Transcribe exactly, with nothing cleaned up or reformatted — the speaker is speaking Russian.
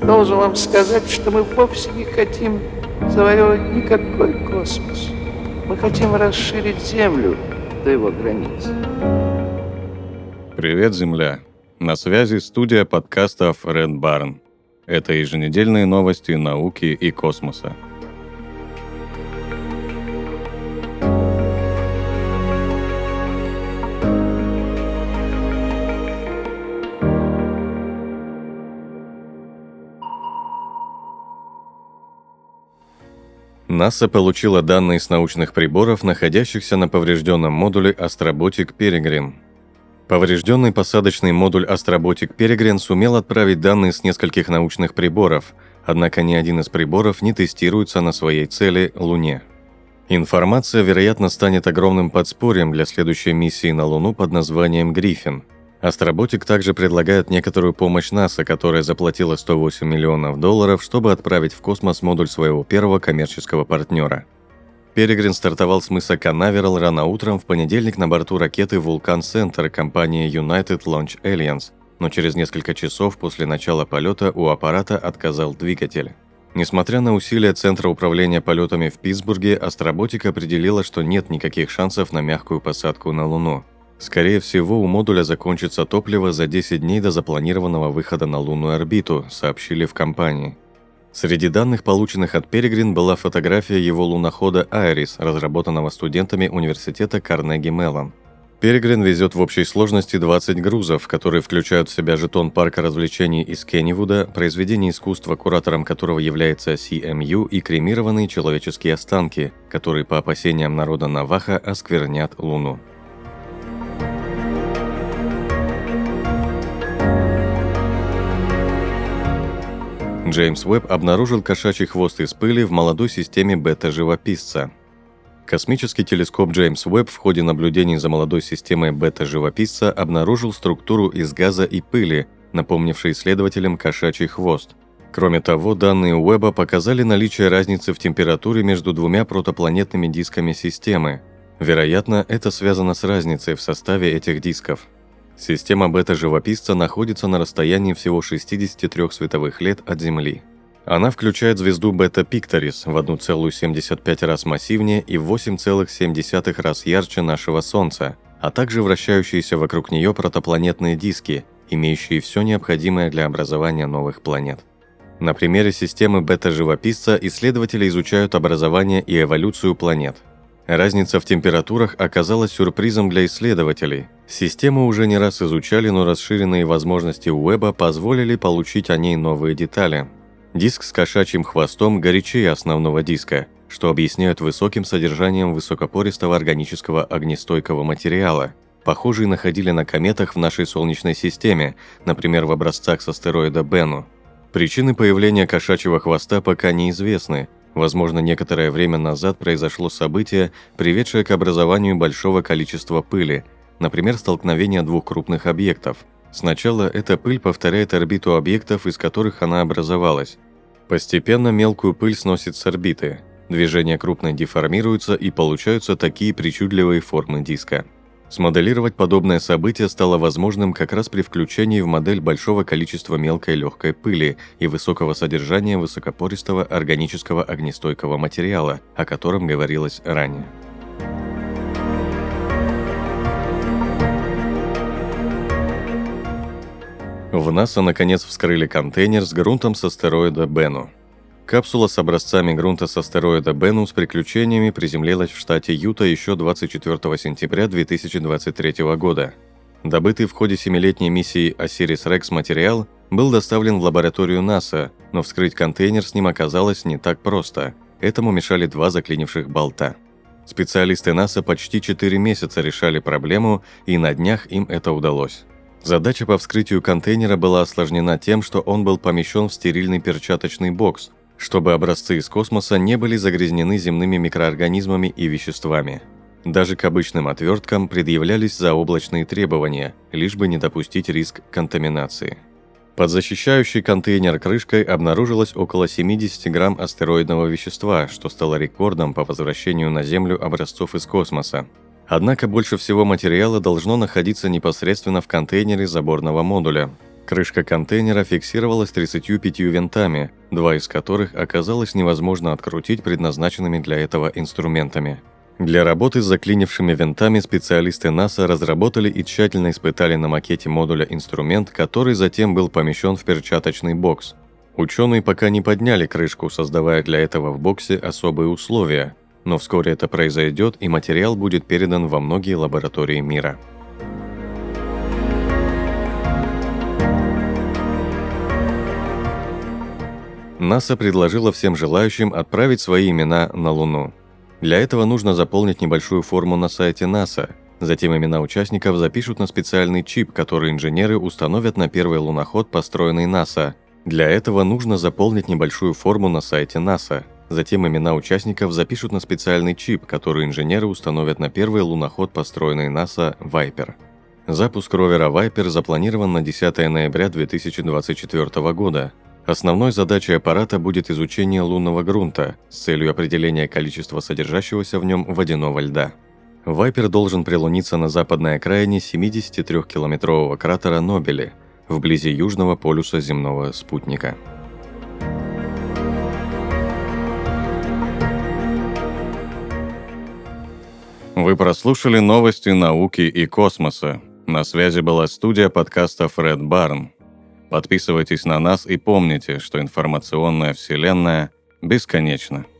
Должен вам сказать, что мы вовсе не хотим завоевывать никакой космос. Мы хотим расширить Землю до его границ. Привет, Земля! На связи студия подкастов Red Barn. Это еженедельные новости науки и космоса. НАСА получила данные с научных приборов, находящихся на поврежденном модуле Astrobotic Peregrine. Поврежденный посадочный модуль Astrobotic Peregrine сумел отправить данные с нескольких научных приборов, однако ни один из приборов не тестируется на своей цели – Луне. Информация, вероятно, станет огромным подспорьем для следующей миссии на Луну под названием «Гриффин». Astrobotic также предлагает некоторую помощь НАСА, которая заплатила сто восемь миллионов долларов, чтобы отправить в космос модуль своего первого коммерческого партнера. Peregrine стартовал с мыса Канаверал рано утром в понедельник на борту ракеты Vulcan Center компании United Launch Alliance, но через несколько часов после начала полета у аппарата отказал двигатель. Несмотря на усилия Центра управления полетами в Питтсбурге, Astrobotic определила, что нет никаких шансов на мягкую посадку на Луну. Скорее всего, у модуля закончится топливо за десять дней до запланированного выхода на лунную орбиту, сообщили в компании. Среди данных, полученных от Peregrine, была фотография его лунохода «Айрис», разработанного студентами университета Карнеги-Меллон. Peregrine везет в общей сложности двадцать грузов, которые включают в себя жетон парка развлечений из Кеннивуда, произведение искусства, куратором которого является си эм ю, и кремированные человеческие останки, которые, по опасениям народа Наваха, осквернят Луну. Джеймс Уэбб обнаружил кошачий хвост из пыли в молодой системе бета-живописца. Космический телескоп Джеймс Уэбб в ходе наблюдений за молодой системой бета-живописца обнаружил структуру из газа и пыли, напомнившей исследователям кошачий хвост. Кроме того, данные Уэбба показали наличие разницы в температуре между двумя протопланетными дисками системы. Вероятно, это связано с разницей в составе этих дисков. Система бета-живописца находится на расстоянии всего шестьдесят три световых лет от Земли. Она включает звезду Бета-Пикторис в одна целая семьдесят пять раз массивнее и в восемь целых семь десятых раз ярче нашего Солнца, а также вращающиеся вокруг нее протопланетные диски, имеющие все необходимое для образования новых планет. На примере системы бета-живописца исследователи изучают образование и эволюцию планет. Разница в температурах оказалась сюрпризом для исследователей. Систему уже не раз изучали, но расширенные возможности Уэбба позволили получить о ней новые детали. Диск с кошачьим хвостом горячее основного диска, что объясняют высоким содержанием высокопористого органического огнестойкого материала. Похожие находили на кометах в нашей Солнечной системе, например, в образцах с астероида Бену. Причины появления кошачьего хвоста пока неизвестны. Возможно, некоторое время назад произошло событие, приведшее к образованию большого количества пыли, например, столкновение двух крупных объектов. Сначала эта пыль повторяет орбиту объектов, из которых она образовалась. Постепенно мелкую пыль сносит с орбиты. Движения крупной деформируются и получаются такие причудливые формы диска. Смоделировать подобное событие стало возможным как раз при включении в модель большого количества мелкой легкой пыли и высокого содержания высокопористого органического огнестойкого материала, о котором говорилось ранее. В НАСА наконец вскрыли контейнер с грунтом с астероида Бену. Капсула с образцами грунта с астероида Бену с приключениями приземлилась в штате Юта еще двадцать четвёртого сентября две тысячи двадцать третьего года. Добытый в ходе семилетней миссии Осирис-Рекс материал был доставлен в лабораторию НАСА, но вскрыть контейнер с ним оказалось не так просто. Этому мешали два заклинивших болта. Специалисты НАСА почти четыре месяца решали проблему, и на днях им это удалось. Задача по вскрытию контейнера была осложнена тем, что он был помещен в стерильный перчаточный бокс, чтобы образцы из космоса не были загрязнены земными микроорганизмами и веществами. Даже к обычным отверткам предъявлялись заоблачные требования, лишь бы не допустить риск контаминации. Под защищающей контейнер крышкой обнаружилось около семьдесят грамм астероидного вещества, что стало рекордом по возвращению на Землю образцов из космоса. Однако больше всего материала должно находиться непосредственно в контейнере заборного модуля. Крышка контейнера фиксировалась тридцатью пятью винтами, два из которых оказалось невозможно открутить предназначенными для этого инструментами. Для работы с заклинившими винтами специалисты НАСА разработали и тщательно испытали на макете модуля инструмент, который затем был помещен в перчаточный бокс. Ученые пока не подняли крышку, создавая для этого в боксе особые условия, но вскоре это произойдет, и материал будет передан во многие лаборатории мира. НАСА предложила всем желающим отправить свои имена на Луну. Для этого нужно заполнить небольшую форму на сайте НАСА. Затем имена участников запишут на специальный чип, который инженеры установят на первый луноход, построенный НАСА. Для этого нужно заполнить небольшую форму на сайте НАСА. Затем имена участников запишут на специальный чип, который инженеры установят на первый луноход, построенный НАСА Вайпер. Запуск ровера Вайпер запланирован на десятое ноября две тысячи двадцать четвёртого года. Основной задачей аппарата будет изучение лунного грунта с целью определения количества содержащегося в нем водяного льда. Вайпер должен прилуниться на западной окраине семидесятитрёхкилометрового кратера Нобели, вблизи южного полюса земного спутника. Вы прослушали новости науки и космоса. На связи была студия подкаста Фред Барн. Подписывайтесь на нас и помните, что информационная вселенная бесконечна.